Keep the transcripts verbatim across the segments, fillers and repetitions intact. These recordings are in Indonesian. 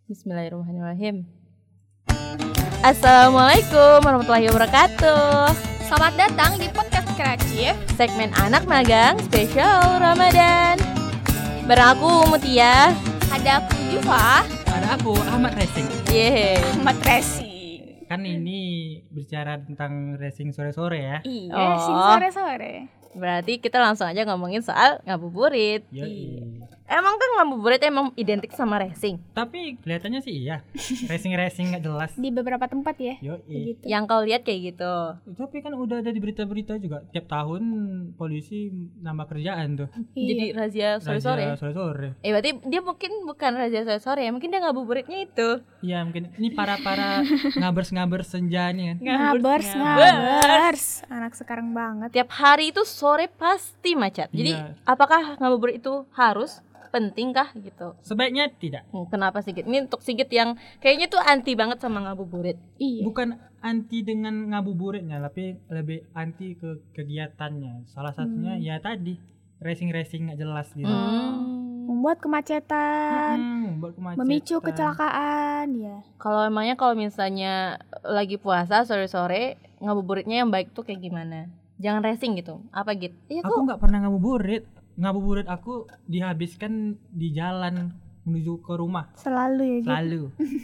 Bismillahirrahmanirrahim. Assalamualaikum warahmatullahi wabarakatuh. Selamat datang di podcast Kreatif, segmen anak magang spesial Ramadan. Bareng aku Mutia. Ada aku Jufa. Ada aku Ahmad Racing. Yeay. Ahmad Racing. Kan ini bicara tentang racing sore-sore ya. Iya, Oh. sing sore-sore. Berarti kita langsung aja ngomongin soal ngabuburit. Yoi. Emang kan ngabuburit emang identik sama racing. Tapi kelihatannya sih iya. Racing-racing nggak jelas. Di beberapa tempat ya. Yoi. Begitu. Yang kau lihat kayak gitu. Tapi kan udah ada di berita-berita juga. Tiap tahun polisi nambah kerjaan tuh. Jadi Iya. razia sore-sore. Razia sore-sore. Eh berarti dia mungkin bukan razia sore-sore ya, mungkin dia ngabuburitnya itu. Iya mungkin ini para-para ngabers-ngabers senja nih kan. Ngabers, ngabers. ngabers. Anak sekarang banget. Tiap hari itu sore pasti macet. Jadi Iya. apakah ngabuburit itu harus? Penting kah gitu? Sebaiknya tidak. Hmm, Kenapa Sigit? Ini untuk Sigit yang kayaknya tuh anti banget sama ngabuburit. Iya. Bukan anti dengan ngabuburitnya, tapi lebih anti ke kegiatannya. Salah satunya Hmm. ya tadi racing-racing nggak jelas gitu. Hmm. Membuat kemacetan, Hmm, buat kemacetan. memicu kecelakaan, ya. Kalau emangnya kalau misalnya lagi puasa sore-sore ngabuburitnya yang baik tuh kayak gimana? Jangan racing gitu. Apa gitu? Iya Aku kok. nggak pernah ngabuburit. Ngabuburit aku dihabiskan di jalan menuju ke rumah Selalu ya gitu. selalu.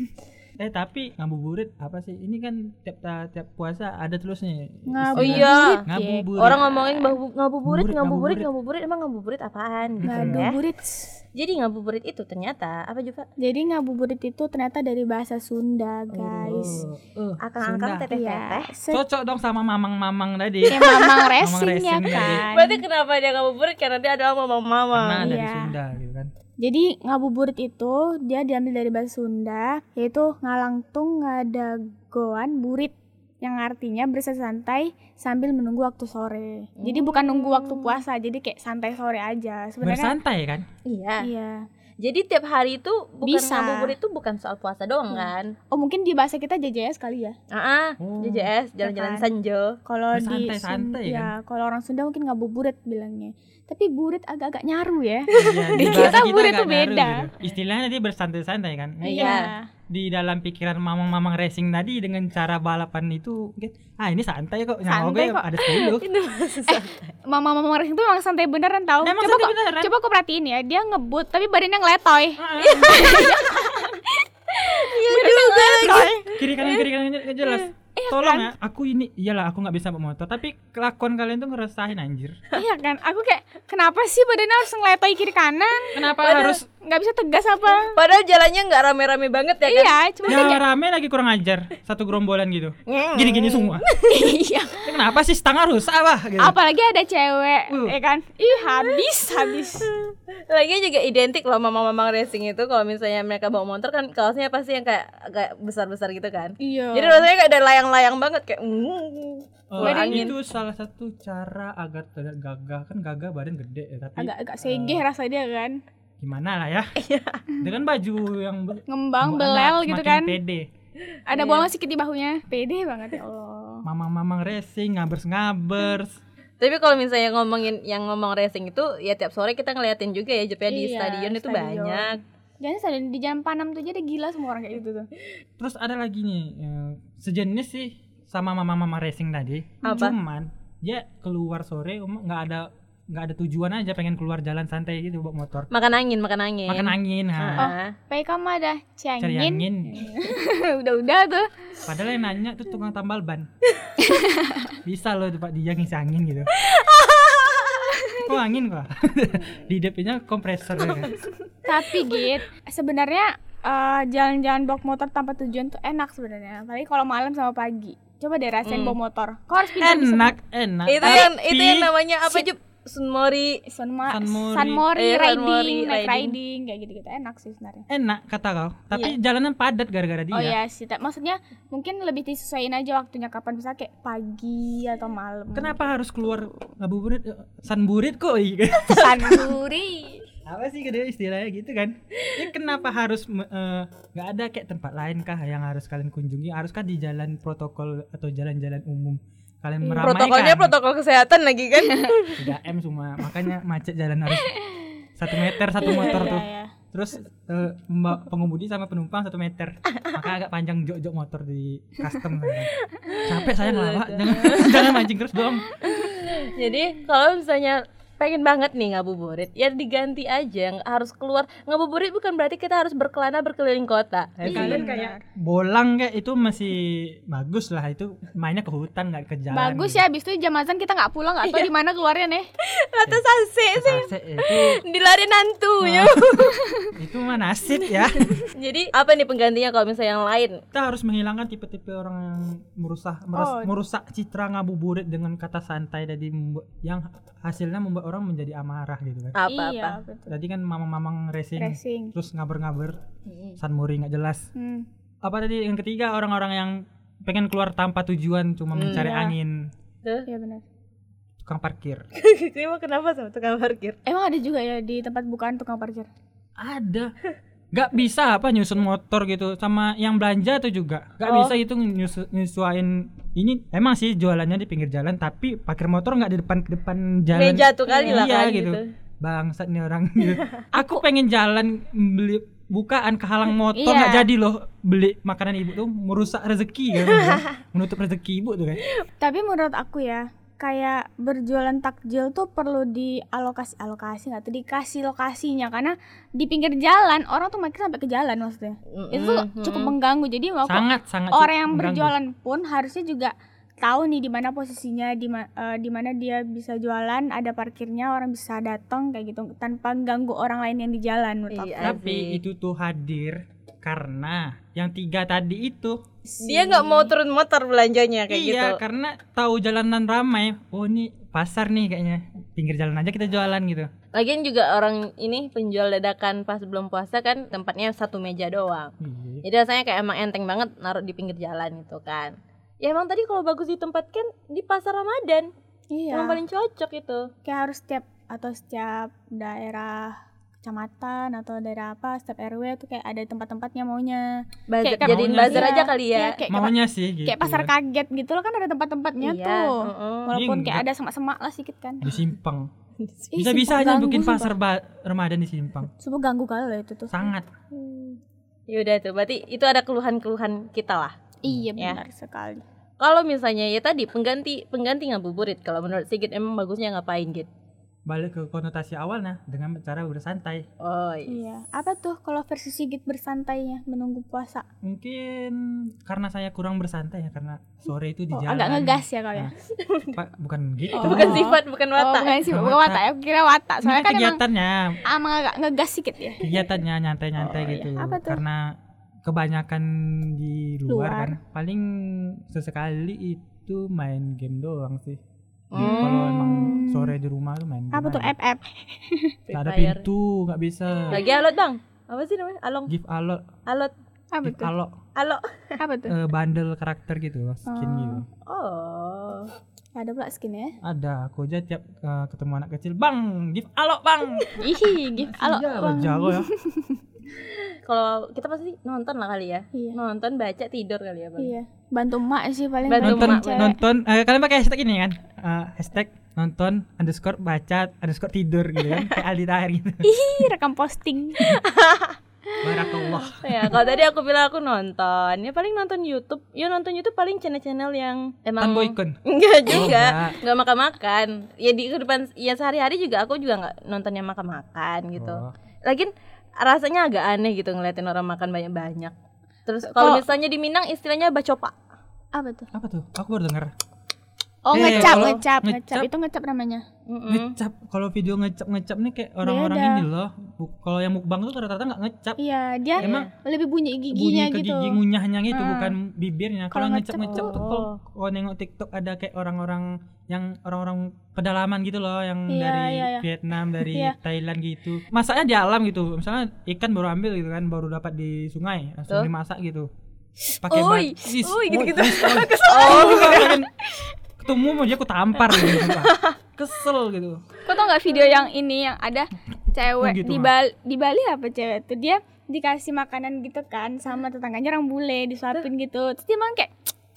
eh tapi ngabuburit apa sih? Ini kan tiap tiap puasa ada terusnya. Ngabuburit. Oh iya. Ngabuburit. Orang ngomongin bahwa ngabuburit, Ngabuburit, ngabuburit, ngabuburit. ngabuburit, emang ngabuburit apaan gitu ya? Ngabuburit. Jadi ngabuburit itu ternyata apa juga? Jadi ngabuburit itu ternyata dari bahasa Sunda, guys. Uh, Akang-akang Sunda. teteh-teteh. Iya. Se- Cocok dong sama mamang-mamang tadi. Kayak mamang racing racing ya tadi. kan. Berarti kenapa dia ngabuburit? Karena dia adalah mama-mama. Karena dari Iya. Sunda gitu kan. Jadi ngabuburit itu dia diambil dari bahasa Sunda, yaitu ngalangtung ngadagoan burit, yang artinya bersantai sambil menunggu waktu sore. Jadi bukan nunggu waktu puasa, jadi kayak santai sore aja. Sebenarnya Bersantai kan? Iya. iya. Jadi tiap hari itu bukan Bisa. ngabuburit itu bukan soal puasa doang kan? Oh mungkin di bahasa kita J J S kali ya. Ah, Oh. J J S jalan-jalan kan? sanjo. Kalau di Bersantai-santai Sun- kan? ya, kalau orang Sunda mungkin ngabuburit bilangnya. Tapi burit agak-agak nyaru ya. Iya, Di bahasa kita burit agak tuh nyaru beda. gitu. Istilahnya dia bersantai-santai kan. Iya. Di dalam pikiran mamang-mamang racing tadi dengan cara balapan itu mungkin ah ini santai kok, nyawa Santai gue kok. ada sepuluh. Itu maksud santai. Mama-mama racing tuh emang santai beneran tau. Emang coba santai kok, beneran? coba kok perhatiin ya, dia ngebut tapi badannya ngeletoy. Iya juga lagi. Kiri kanan kiri kanan nggak jelas. Tolong ya, aku ini iyalah aku nggak bisa bawa motor, tapi kelakuan kalian tuh ngerasain anjir. Iya kan, aku kayak kenapa sih badannya harus ngeletoy kiri kanan? Kenapa Padahal- harus Nggak bisa tegas apa? Padahal jalannya nggak rame-rame banget ya kan? Iya, cuma ya kayak rame lagi kurang ajar satu gerombolan gitu. Mm. Gini-gini semua. iya. Ini kenapa sih setengah rusak lah gitu. Apalagi ada cewek, Uh. ya kan? Ih, habis, habis. Lagi juga identik loh mama-mama racing itu kalau misalnya mereka bawa motor kan kaosnya pasti yang kayak agak besar-besar gitu kan. Iya. Jadi rasanya kayak ada layang-layang banget kayak mm, Oh, keluar angin. itu salah satu cara agar tidak gagah, kan gagah badan gede ya, tapi agak-agak segeh rasa dia kan. gimana lah ya. Dengan baju yang be- Ngembang, anak belel gitu semakin kan. pede. Ada Iya. bolong sedikit di bahunya. Pede banget ya Allah. Mamang-mamang racing, ngabers-ngabers. Tapi kalau misalnya ngomongin yang ngomong racing itu ya tiap sore kita ngeliatin juga ya Jepnya di Iya, stadion itu stadion. banyak. Jangan stadion di Jalan Panam tuh aja ada gila semua orang kayak gitu tuh. Terus ada lagi nih eh, sejenis sih sama mama-mama racing tadi. Apa? Cuman dia keluar sore um, nggak ada nggak ada tujuan aja, pengen keluar jalan santai gitu bawa motor. Makan angin, makan angin. Makan angin, ha. Ah. Pakai kamu ada Cari ciangin. angin. Udah-udah tuh. Padahal yang nanya tuh tukang tambal ban. Bisa loh Pak dia ngisi angin gitu. Kok angin kok? Di D P-nya kompresor ya kan? Tapi Git, sebenarnya eh, jalan-jalan bawa motor tanpa tujuan tuh enak sebenarnya. Apalagi kalau malam sama pagi. Coba deh rasain Hmm. bawa motor. Kau harus pintar bisa Enak, enak. Itu yang Tapi itu yang namanya apa Jup? Sunmori. Sunma, Sunmori. Sunmori, Eh, riding, Sunmori, naik riding. riding, kayak gitu-gitu enak sih sebenarnya. enak kata kau. Tapi jalanan padat gara-gara dia. Oh iya sih, tak- maksudnya mungkin lebih disesuaiin aja waktunya kapan, bisa kayak pagi atau malam. Kenapa harus keluar ngabuburit? Sunburit kok? Iya. Sunmori? Apa sih kedua istilahnya gitu kan? Ya kenapa harus me- eh, nggak ada kayak tempat lain kah yang harus kalian kunjungi? Haruskah di jalan protokol atau jalan-jalan umum kalian meramaikan? Protokolnya protokol kesehatan lagi kan? tiga M semua, makanya macet jalan harus satu meter satu motor Iya, tuh. iya. Terus eh, mbak pengemudi sama penumpang satu meter. Maka agak panjang jok-jok motor di custom. Capek saya ngelawak. Jangan jangan mancing terus dong. Jadi kalau misalnya pengen banget nih ngabuburit, ya diganti aja, nggak harus keluar. Ngabuburit bukan berarti kita harus berkelana berkeliling kota. Ya, kalian kayak bolang kayak itu masih bagus lah, itu mainnya ke hutan nggak ke jalan. Bagus gitu. ya, abis itu jam azan kita nggak pulang, nggak tahu di mana keluarnya nih. Rata sase sih, Asik, itu dilari nantu ya. itu mah nasib ya. Jadi apa nih penggantinya kalau misalnya yang lain? Kita harus menghilangkan tipe-tipe orang yang merusak meras- Oh. merusak citra ngabuburit dengan kata santai jadi membu- yang hasilnya membuat orang menjadi amarah gitu kan. Apa-apa? Iya, betul. Tadi kan mamang-mamang racing, Racing. terus ngaber-ngaber, Mm-mm. Sunmori nggak jelas. Hmm. Apa tadi yang ketiga, orang-orang yang pengen keluar tanpa tujuan cuma Hmm, mencari ya. angin, Tuh. Iya benar. tukang parkir. Emang kenapa sama tukang parkir? Emang ada juga ya di tempat bukaan tukang parkir? Ada. Gak bisa apa nyusun motor gitu, sama yang belanja tuh juga gak Oh. bisa itu nyusu- nyesuain. Ini emang sih jualannya di pinggir jalan, tapi parkir motor nggak di depan depan jalan. Meja tuh kali lah Iya kan gitu. gitu. Bangsat nih orang gitu. Aku pengen jalan beli bukaan kehalang motor, Iya. nggak jadi loh beli makanan ibu tuh, merusak rezeki kan. Menutup rezeki ibu tuh kan. Tapi menurut aku ya, kayak berjualan takjil tuh perlu dialokasi alokasi nggak tuh dikasih lokasinya, karena di pinggir jalan orang tuh makin sampai ke jalan maksudnya. Mm-mm, Itu tuh cukup mm-mm. mengganggu. Jadi mau Sangat sangat orang yang mengganggu. berjualan pun harusnya juga tahu nih di mana posisinya, di ma- eh, di mana dia bisa jualan, ada parkirnya, orang bisa datang kayak gitu tanpa ganggu orang lain yang di jalan menurut aku. Iya Tapi sih. itu tuh hadir karena yang tiga tadi itu. Dia nggak mau turun motor belanjanya kayak Iya, gitu. karena tahu jalanan ramai. Oh, ini pasar nih kayaknya. Pinggir jalan aja kita jualan gitu. Lagian juga orang ini penjual dadakan pas belum puasa kan tempatnya satu meja doang. Iya. Jadi rasanya kayak emang enteng banget naruh di pinggir jalan itu kan. Ya emang tadi kalau bagus ditempatkan di pasar Ramadan. Iya. Emang paling cocok itu. Kayak harus setiap atau setiap daerah kecamatan atau daerah apa, setiap R W tuh kayak ada tempat-tempatnya maunya. Bazar, Kayak- jadiin maunya bazar Iya, aja kali ya. iya, kayak, Maunya sih gitu. kayak pasar kaget gitu loh, kan ada tempat-tempatnya Iya, tuh. heeh. Walaupun Ini kayak enggak. ada semak-semak lah sedikit kan. Di Simpang. Ih, Bisa-bisa sumpah aja ganggu, bikin sumpah. pasar ba- Ramadan di Simpang. Sumpah ganggu kali loh itu tuh. Sangat. Ya udah tuh, berarti itu ada keluhan-keluhan kita lah. Iya Ya. benar sekali. Kalau misalnya ya tadi pengganti pengganti ngabuburit, kalau menurut Sigit emang bagusnya ngapain Git? Balik ke konotasi awalnya dengan cara bersantai. Oh iya. Iya. Apa tuh kalau versi Sigit bersantainya menunggu puasa? Mungkin karena saya kurang bersantai ya, karena sore itu di Oh, jalan. agak ngegas ya kau ya. Nah, Pak, bukan gitu. Oh. Bukan sifat, bukan Oh, watak. bukan sih, Bukan bukan watak. watak. Aku kira watak. Ini Soalnya kan kan emang kegiatannya, emang agak ngegas sedikit ya. kegiatannya nyantai-nyantai Oh, iya. gitu. Apa tuh? Karena kebanyakan di luar, Luar. kan, paling sesekali itu main game doang sih. Jadi Hmm. Kalau emang sore di rumah tuh main game. Apa tuh aja. app app? Nggak ada Free Fire. pintu, nggak bisa. Lagi alot bang. Apa sih namanya? Along. Give alot, Alot. Apa give tuh? alot, Alo. Apa tuh? eh, bundle karakter gitu, skin Oh. gitu. Oh. Ada pula skin ya. Ada, aku aja tiap eh, ketemu anak kecil, bang, give alot bang. Ih, gift halo. Iya, Bang. jago ya. Kalau kita pasti nonton lah kali ya. Iya. Nonton, baca, tidur kali ya bang. Iya. Bantu emak sih paling. Bantu bantu nonton emak, cewek. nonton eh, kalian pakai hashtag ini kan. Eh, hashtag nonton underscore baca underscore tidur gitu kan, kayak Aldi Tahir gitu. Ih, rekam posting. Barakallah. Ya kalau tadi aku bilang aku nonton, ya paling nonton YouTube. Ya nonton YouTube paling channel-channel yang emang Tanpa ikon. enggak Oh, juga, enggak. enggak makan-makan. Ya di kehidupan ya sehari-hari juga aku juga enggak nonton yang makan-makan gitu. Oh. Lagian rasanya agak aneh gitu ngeliatin orang makan banyak-banyak. Terus kalau Kalau- misalnya di Minang istilahnya bacopa. Apa tuh? Apa tuh? Aku baru dengar. Oh, Eh, ngecap, kalau ngecap, ngecap. ngecap- Itu ngecap namanya. Mm-mm. Ngecap. Kalau video ngecap-ngecap nih kayak orang-orang Beda. ini loh. Bu- Kalau yang mukbang tuh rata-rata enggak ngecap. Iya, dia Emang lebih bunyi bunyi giginya ke gitu. gigi ngunyahnya gitu, Ah. bukan bibirnya. Kalau Kalau ngecap-ngecap ngecap tuh tuh- kalau kalau nengok TikTok ada kayak orang-orang yang orang-orang pedalaman gitu loh, yang Iya, dari iya, iya. Vietnam, dari Iya. Thailand gitu. Masaknya di alam gitu. Misalnya ikan baru ambil gitu kan, baru dapat di sungai, langsung Tuh. dimasak gitu. Pakai Oi, bat- Is, oi, gitu-gitu. oi, is, oi. Oh, kan ketemu mau dia aku tampar gitu. sumpah. Kesel gitu. Kau tau nggak video yang ini yang ada cewek Oh, gitu, di Mas. Bali, di Bali apa cewek tuh dia dikasih makanan gitu kan sama tetangganya orang bule disuapin gitu, terus dia makan kayak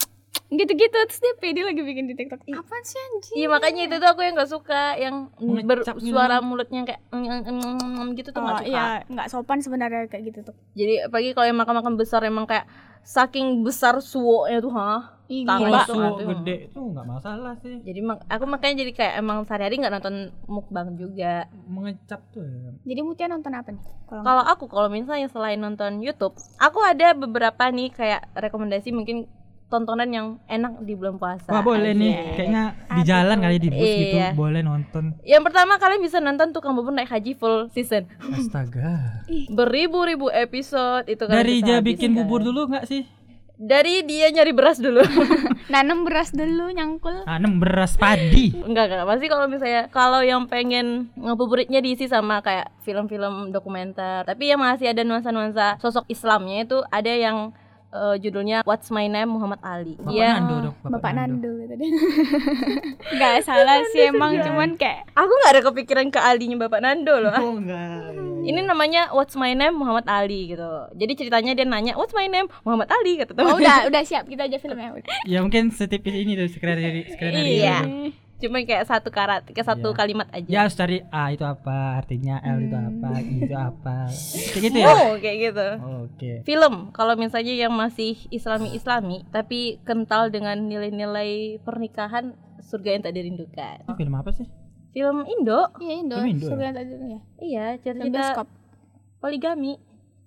gitu-gitu terus dia pede lagi bikin di TikTok. Apaan sih anjing? Iya makanya itu tuh aku yang gak suka, yang Mengecap bersuara gitu. mulutnya kayak gitu tuh Oh, gak suka. iya, nggak sopan sebenarnya kayak gitu tuh. Jadi apalagi kalau yang makan-makan besar emang kayak saking besar suwonya tuh, hah? Ih, Tangan gila. itu Suwo kan, gede itu nggak masalah sih. Jadi mak- aku makanya jadi kayak emang sehari-hari nggak nonton mukbang juga. Mengecap tuh ya. Jadi Mutia nonton apa nih? Kalau Kalau aku kalau misalnya selain nonton YouTube, aku ada beberapa nih kayak rekomendasi mungkin tontonan yang enak di bulan puasa. Wah boleh nih, Asik. kayaknya di jalan kali di bus gitu Iya. boleh nonton. Yang pertama kalian bisa nonton Tukang Bubur Naik Haji full season. Astaga. Beribu-ribu episode itu kalian Dari bisa dia bikin habiskan. bubur dulu nggak sih? Dari dia nyari beras dulu. nanam beras dulu nyangkul. Tanam beras padi. Enggak enggak pasti kalau misalnya kalau yang pengen ngabuburitnya diisi sama kayak film-film dokumenter, tapi yang masih ada nuansa-nuansa sosok Islamnya itu ada yang eh, judulnya What's My Name Muhammad Ali. Bapak Dia Nando dong. Bapak Nando gitu deh. Nggak salah sih emang cuman kayak aku nggak ada kepikiran ke Alinya Bapak Nando loh. Oh enggak. Ini namanya What's My Name Muhammad Ali gitu. Jadi ceritanya dia nanya What's my name Muhammad Ali kata oh, temannya. udah udah siap kita aja filmnya. Ya mungkin setipis ini tuh skenario skenario. Iya. tuh. Cuma kayak satu karat, kayak satu Iya. kalimat aja. Ya harus cari A itu apa, artinya L itu apa, I itu apa. Kayak gitu ya. Oh, kayak gitu. Oke. Film kalau misalnya yang masih islami-islami tapi kental dengan nilai-nilai pernikahan, surga yang tak dirindukan. Itu film apa sih? Film Indo. Iya Indo. Film Indo ya? Surga yang tadi ya. Iya, Film cerita bioskop. poligami.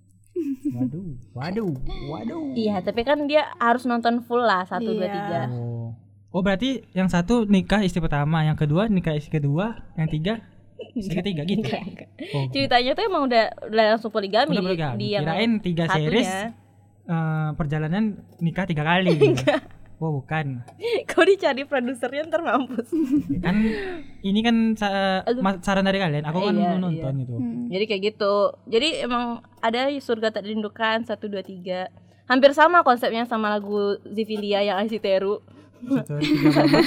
Waduh, waduh, waduh. Iya, tapi kan dia harus nonton full lah satu dua Iya. tiga. Oh. Oh berarti yang satu nikah istri pertama, yang kedua nikah istri kedua, yang tiga istri ketiga gitu. Oh. Ceritanya tuh emang udah udah langsung poligami. Udah di- poligami. di yang Kirain tiga satunya. series eh, perjalanan nikah tiga kali. Gitu. Oh bukan. Kau dicari produsernya ntar mampus. Kan ini kan sa- ma- saran dari kalian. Aku kan Iya, mau nonton gitu. Hmm. Jadi kayak gitu. Jadi emang ada surga tak dirindukan satu dua tiga. Hampir sama konsepnya sama lagu Zivilia yang Aisiteru. Itu tiga babak.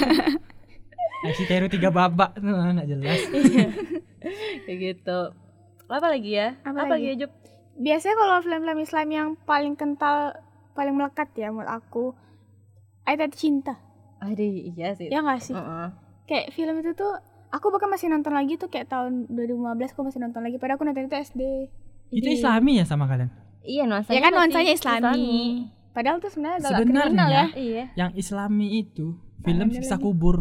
Si Teru tiga babak tuh enggak jelas. Kayak gitu. Apa lagi ya? Apa Apa, lagi? lagi ya, Jup? Biasanya kalau film-film Islam yang paling kental, paling melekat ya menurut aku, Ayat Cinta. Aduh, iya sih. Ya nggak sih? Heeh. Kayak film itu tuh aku bahkan masih nonton lagi tuh kayak tahun dua ribu lima belas aku masih nonton lagi padahal aku nonton itu S D. Itu Islami ya sama kalian? Iya, nuansanya Ya kan masih nuansanya Islami. Padahal tuh sebenarnya agak Sebenarnya kriminal ya. Iya. Yang Islami itu film siksa kubur.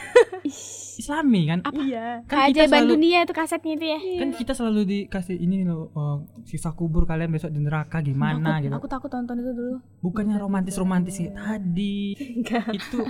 Islami kan? Iya. Kan kita Keajaiban selalu dunia itu kasetnya itu ya. kan kita selalu dikasih ini loh eh, siksa kubur kalian besok di neraka gimana aku, gitu. aku takut nonton itu dulu. Bukannya romantis-romantis kayak tadi. Itu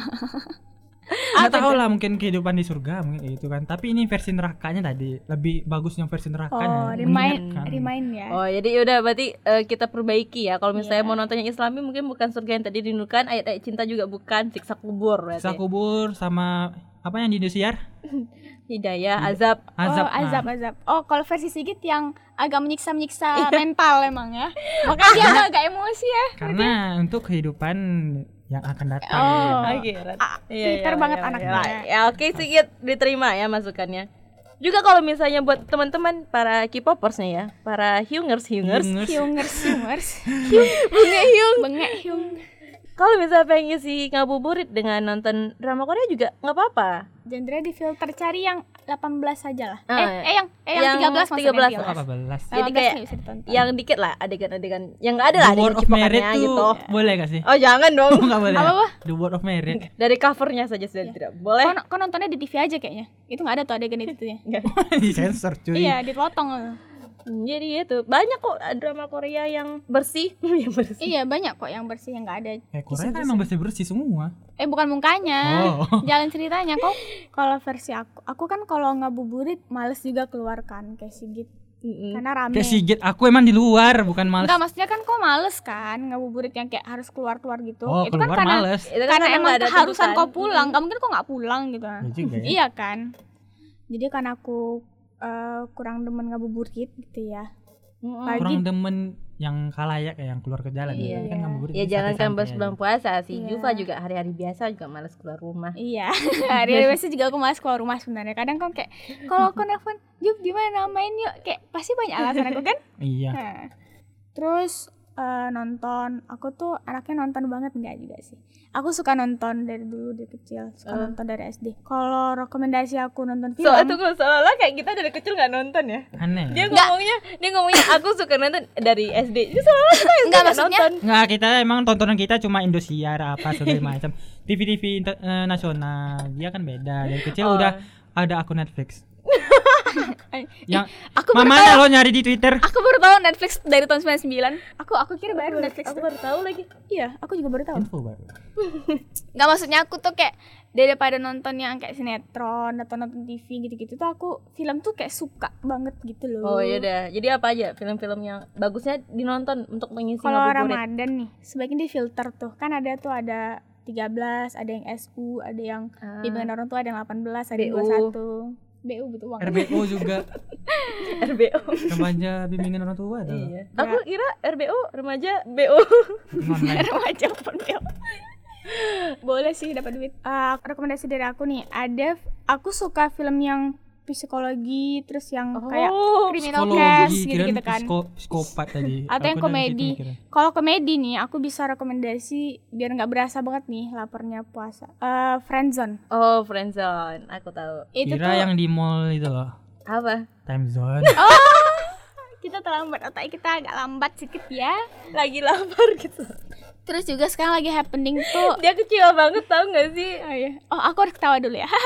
nggak tahu lah mungkin kehidupan di surga mungkin kayak gitu kan. Tapi ini versi nerakanya tadi lebih bagus yang versi nerakanya. Oh, remind, Mengingatkan. remind ya. Oh, jadi udah berarti eh, kita perbaiki ya. Kalau misalnya Iya. mau nonton yang Islami mungkin bukan surga yang tadi dirindukan, ayat-ayat cinta juga bukan, siksa kubur berarti. Siksa kubur sama apa yang di Indosiar? Hidayah, azab. Azab. Oh, azab, Nah, azab. Oh, kalau versi Sigit yang agak menyiksa-menyiksa mental emang ya. Makanya dia agak emosi ya. karena untuk kehidupan yang akan datang. Oh, akhirat. Pinter banget anaknya. Ya, oke sedikit diterima ya masukannya. Juga kalau misalnya buat teman-teman para K-popers nih ya, para hyungers hyungers, Hyungers. Hyungers, Hyungers. Bengek hyung. Bengek Hyung. Kalau misalnya pengen ngisi ngabuburit dengan nonton drama Korea juga nggak apa-apa. Genre di filter cari yang delapan belas saja lah. Ah, eh, eh yang eh yang, yang tiga belas maksudnya. tiga belas. tiga belas. delapan belas. Jadi delapan belas kayak nggak bisa ditonton. Yang dikit lah adegan-adegan yang nggak ada lah The Word adegan of Merit cipokannya tuh gitu. boleh gak sih? Oh jangan dong. Enggak boleh. Apa-apa? The Word of Merit. Dari covernya saja sudah tidak boleh. Kau, kau nontonnya di T V aja kayaknya. Itu nggak ada tuh adegan itu ya. Di sensor cuy. Iya, dipotong. Jadi itu banyak kok drama Korea yang bersih, yang bersih. Iya, banyak kok yang bersih yang nggak ada. Eh Korea kan emang bersih-bersih semua. Eh bukan mukanya, Oh. jalan ceritanya kok. Kalau versi aku, aku kan kalau ngabuburit males juga keluarkan kayak Sigit Mm-mm. karena rame. Kayak Sigit, aku emang di luar bukan males. Enggak, maksudnya kan kok males kan ngabuburit yang kayak harus keluar-keluar gitu. Oh, Itu kan keluar karena males. Itu kan karena emang nggak ada keharusan tuntutan. kau pulang. Kamu mungkin kok nggak pulang gitu. Ya juga ya. Iya kan. Jadi karena aku eh, kurang demen ngabuburit gitu ya. Mm-mm. Pagi- Kurang demen yang kalayak kayak yang keluar ke jalan. Iya. Tapi kan ngabuburit Ya ini jangan kan santai-santai pas bulan aja. puasa si Iya. Juva juga hari-hari biasa juga malas keluar rumah. Iya, hari-hari biasa juga aku malas keluar rumah sebenarnya. Kadang kan kayak kalau aku nelfon, Jup gimana main yuk, kayak pasti banyak alasan aku kan. Iya. Nah, terus eh, nonton, aku tuh anaknya nonton banget enggak juga sih. Aku suka nonton dari dulu dari kecil, suka Uh. nonton dari S D. Kalau rekomendasi aku nonton film, Soalnya tunggu, seolah kayak kita dari kecil nggak nonton ya. Aneh. Dia ngomongnya, dia ngomongnya aku suka nonton dari S D. Jadi seolah kita Enggak, nggak maksudnya- nonton. Nggak, kita emang tontonan kita cuma Indosiar apa segala macam. T V T V inter- eh, nasional. Dia kan beda. Dari kecil Oh. udah ada akun Netflix. Yang aku baru Mama tahu, lo nyari di Twitter. aku baru tahu Netflix dari tahun sembilan puluh sembilan. Aku aku kira baru Netflix. Aku baru tahu lagi. Iya, aku juga baru tahu. Info baru. Nggak, maksudnya aku tuh kayak daripada nonton yang kayak sinetron atau nonton T V gitu-gitu tuh aku film tuh kayak suka banget gitu loh. Oh iya dah. Jadi apa aja film-film yang bagusnya dinonton untuk mengisi Kalau ngabuburit? Ramadan nih, sebaiknya di filter tuh. Kan ada tuh ada tiga belas, ada yang S U, ada yang Ah. bimbingan orang tua, ada yang delapan belas, ada B yang U. dua puluh satu. B U gitu uang. R B O juga. R B O. Remaja bimbingan orang tua ada. Iya. Aku kira R B O remaja B O. Online. Remaja pun B U. Boleh sih dapat duit. Ah, rekomendasi dari aku nih, ada aku suka film yang psikologi, terus yang kayak criminal case Psikologi, gitu-gitu kirain kan. psiko- psikopat tadi. Atau yang Aku dari komedi. situ mikirnya. Kalau komedi nih, aku bisa rekomendasi biar nggak berasa banget nih laparnya puasa. Eh, Friendzone. Oh, Friendzone. Aku tahu. Itu Kira tuh yang di mall itu loh. Apa? Time zone. kita terlambat, otak kita agak lambat sedikit ya. Lagi lapar gitu. Terus juga sekarang lagi happening tuh. Dia kecil banget, tahu nggak sih? Oh, iya. Oh, aku harus ketawa dulu ya.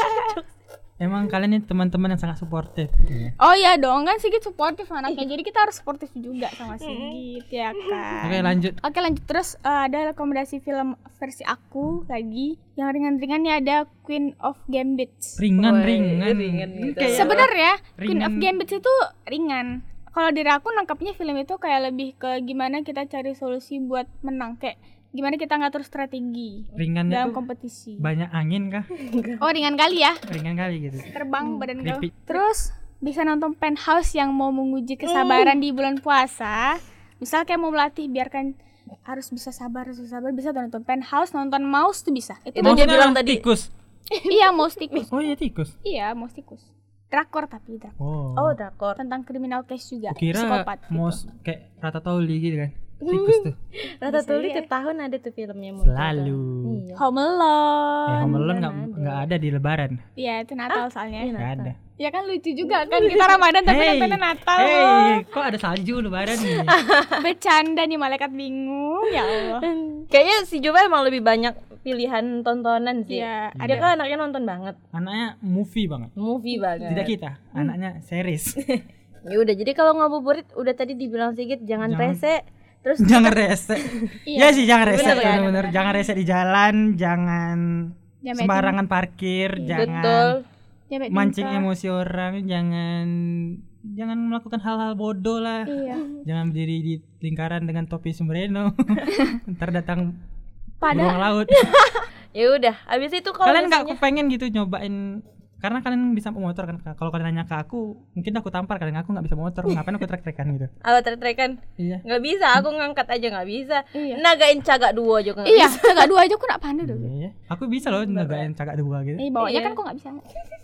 Emang kalian ini teman-teman yang sangat suportif. Oh iya dong, kan Sigit suportif anaknya. Jadi kita harus suportif juga sama Sigit ya kan. Oke, lanjut. Oke lanjut terus, eh, ada rekomendasi film versi aku lagi yang ringan-ringan nih, ada Queen of Gambit. Ringan, Woi, ringan. ringan gitu. Kayak- Sebenarnya Queen ringan. of Gambit itu ringan. Kalau dari aku nangkapnya film itu kayak lebih ke gimana kita cari solusi buat menang, kayak gimana kita ngatur strategi Ringannya dalam tuh kompetisi. banyak angin kah? Oh ringan kali ya, Ringan kali gitu. terbang badan kau. Keripik. Terus bisa nonton Penthouse yang mau menguji kesabaran di bulan puasa. Misal kayak mau melatih biarkan harus bisa sabar, harus sabar, bisa tuh nonton Penthouse, nonton Mouse tuh bisa. Itu Itu dia Maksudnya bilang tadi. tikus. iya Mouse tikus. Oh iya tikus. Iya Mouse tikus. Drakor tapi drakor. Oh. Oh, drakor. Tentang criminal case juga. Kira Psikopat. mau gitu. kayak Ratatouille gitu kan. Tikus tuh. Ratatouille Bisa ya. tiap tahun ada tuh filmnya mau Selalu. Iya. Home Alone. Eh, Home Alone kan nggak ada. nggak ada di Lebaran. Iya itu Natal soalnya. Iya. Nggak ada. Ya kan lucu juga kan kita Ramadan tapi Hey, nontonnya Natal. Hey, kok ada salju Lebaran nih? Bercanda nih malaikat bingung. Ya Allah. Kayaknya si Jova emang lebih banyak pilihan tontonan sih. Iya, Dia kan anaknya nonton banget, Anaknya movie banget. movie banget. Tidak kita, anaknya series. Ya udah, jadi kalau ngabuburit udah tadi dibilang Sigit jangan, Jangan- rese. Terus Jangan rese. Iya. Ya sih jangan rese, Bener kan? bener-bener. Jangan rese di jalan, jangan Jamet- sembarangan parkir, betul. jangan jamet mancing tingkah. emosi orang, jangan jangan melakukan hal-hal bodoh lah. Iya. Jangan berdiri di lingkaran dengan topi sombrero. Ntar datang Pada beruang laut. Ya udah, abis itu kalau Kalian nggak misalnya- kepengen gitu nyobain, karena kalian bisa motor kan. Kalau kalian nanya ke aku, mungkin aku tampar. Kalian aku nggak bisa motor, ngapain aku trek-trekan gitu. apa trek-trekan? Iya. Nggak bisa, aku ngangkat aja nggak bisa. Iya. Nagain cagak dua juga nggak Iya, bisa. cagak dua aja aku nak pandai dulu. Iya, aku bisa loh ngegain cagak dua gitu. Eh bawanya Iya. kan kok nggak bisa.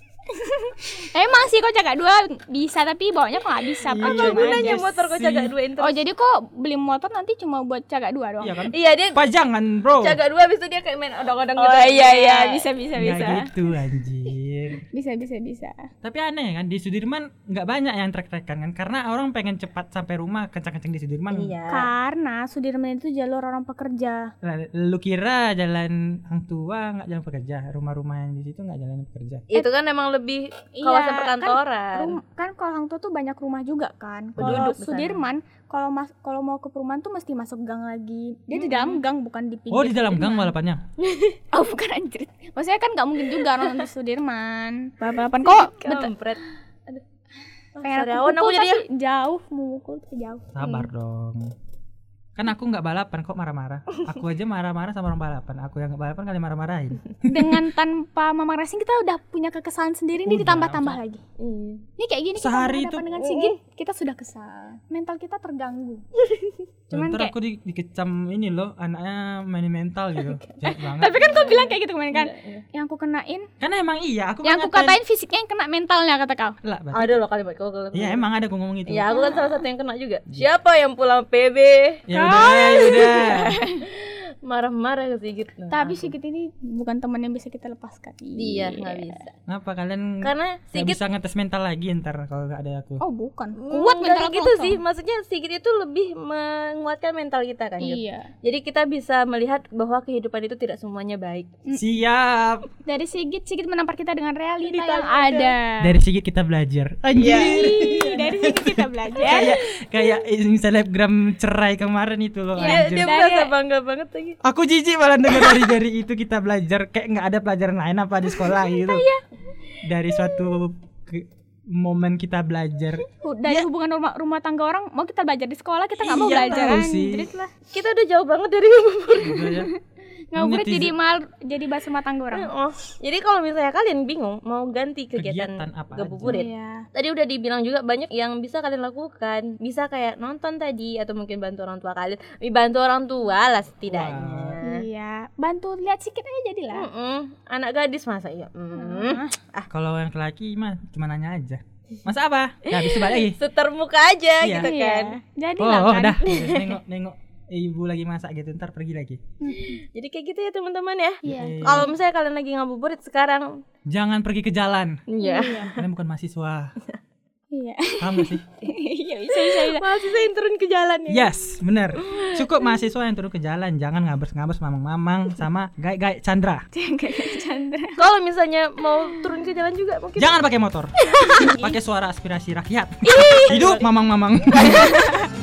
Emang sih kok cagak dua bisa tapi bawanya kok nggak bisa. Iya, Apa gunanya aja motor kok sih. cagak dua itu? Oh jadi kok beli motor nanti cuma buat cagak dua doang? Iya kan? Iya, dia Pajangan bro. cagak dua, abis itu dia kayak main odong-odong Oh gitu. iya iya bisa bisa Nggak bisa. gitu anjir. Bisa bisa bisa. Tapi aneh kan, di Sudirman nggak banyak yang trek-trekan kan, karena orang pengen cepat sampai rumah, kencang-kencang di Sudirman. Iya. Karena Sudirman itu jalur orang pekerja. Lah, lu kira jalan Hang Tua nggak jalan pekerja, rumah-rumah yang di situ nggak jalan pekerja. Itu kan emang lebih kawasan perkantoran. Kan, rum- kan kalau Hang Tua tuh banyak rumah juga kan. Kalau Penduduk di sana. Sudirman kalau mas kalau mau ke perumahan tuh mesti masuk gang lagi. Dia di dalam gang bukan di pinggir. Oh di dalam gang Sudirman. balapannya. Oh bukan anjir. Maksudnya kan nggak mungkin juga orang di Sudirman. Balapan kok betul. Kampret. Aduh. Oh, Pengen sorry, aku awan aku pukul jadi ya. tapi jauh memukul tapi jauh. Sabar Hmm. dong. Kan aku nggak balapan kok marah-marah. Aku aja marah-marah sama orang balapan. Aku yang nggak balapan kali marah-marahin. Dengan tanpa Mama Racing kita udah punya kekesalan sendiri nih Udah, ditambah-tambah lagi. Iya. Ini kayak gini Sehari kita itu- berhadapan dengan Sigit, kita sudah kesal. Mental kita terganggu. Cuman Ntar kayak aku di, dikecam ini loh, anaknya main mental gitu. Jahat banget. tapi kan kau bilang kayak gitu kemarin kan. Iya. Yang aku kenain, Karena emang iya, aku yang kan aku katain fisiknya yang kena mentalnya kata kau. lah. berarti- Ada loh kalimat kau kalau. Iya emang ada aku ngomong itu. Ya, aku kan salah satu yang kena juga. Siapa yang pulang P B? Ya udah, ya udah. marah-marah ke Sigit. Nah, Tapi aku. Sigit ini bukan teman yang bisa kita lepaskan. Iya, nggak bisa. Ngapa kalian Karena nggak Sigit bisa ngetes mental lagi ntar kalau nggak ada aku? Oh bukan. kuat mental mental gitu sih. Maksudnya Sigit itu lebih menguatkan mental kita kan, Yud? Iya. Jadi kita bisa melihat bahwa kehidupan itu tidak semuanya baik. Siap. Dari Sigit, Sigit menampar kita dengan realita Realita yang yang ada. Dari Sigit kita belajar. Anjir. Ih, dari Sigit kita belajar. Kayak kayak ini selebgram cerai kemarin itu loh. Dia, anjir. dia Dari- merasa bangga banget lagi. Aku jijik malah dengar dari dari itu kita belajar kayak nggak ada pelajaran lain apa di sekolah gitu. Dari suatu ke- momen kita belajar. Dari hubungan rumah, rumah tangga orang mau kita belajar di sekolah, kita nggak mau Iya, belajar. tahu sih. Anjrit lah. Kita udah jauh banget dari ngabuburit. Gitu ya. Ngabuburit Netizen- jadi mal, jadi bahas rumah tangga orang. Oh, jadi kalau misalnya kalian bingung mau ganti kegiatan, Kegiatan apa ngabuburit, Iya. tadi udah dibilang juga banyak yang bisa kalian lakukan. Bisa kayak nonton tadi atau mungkin bantu orang tua kalian. Eh, Bantu orang tua lah setidaknya. Iya, bantu lihat Sigit aja jadilah. Mm-mm. Anak gadis masa iya. Mm. Kalau yang laki mah cuma nanya aja. Masa apa? Ya habis itu balik lagi. Setermuka aja Iya. gitu kan. Iya, Oh, jadilah oh kan. dah. Nengok nengok ibu lagi masak gitu ntar pergi lagi. Jadi kayak gitu ya teman-teman ya. Iya. Eh, Kalau misalnya kalian lagi ngabuburit sekarang, jangan pergi ke jalan. iya. Kalian bukan mahasiswa. Iya. Paham gak sih? Iya, bisa bisa bisa. Masih saya yang turun ke jalan ya. Yes, bener. Cukup mahasiswa yang turun ke jalan, jangan ngabers-ngabers mamang-mamang sama gai-gai Chandra. Chandra. Kalau misalnya mau turun ke jalan juga mungkin Jangan pakai motor. Pakai suara aspirasi rakyat. Hidup mamang-mamang.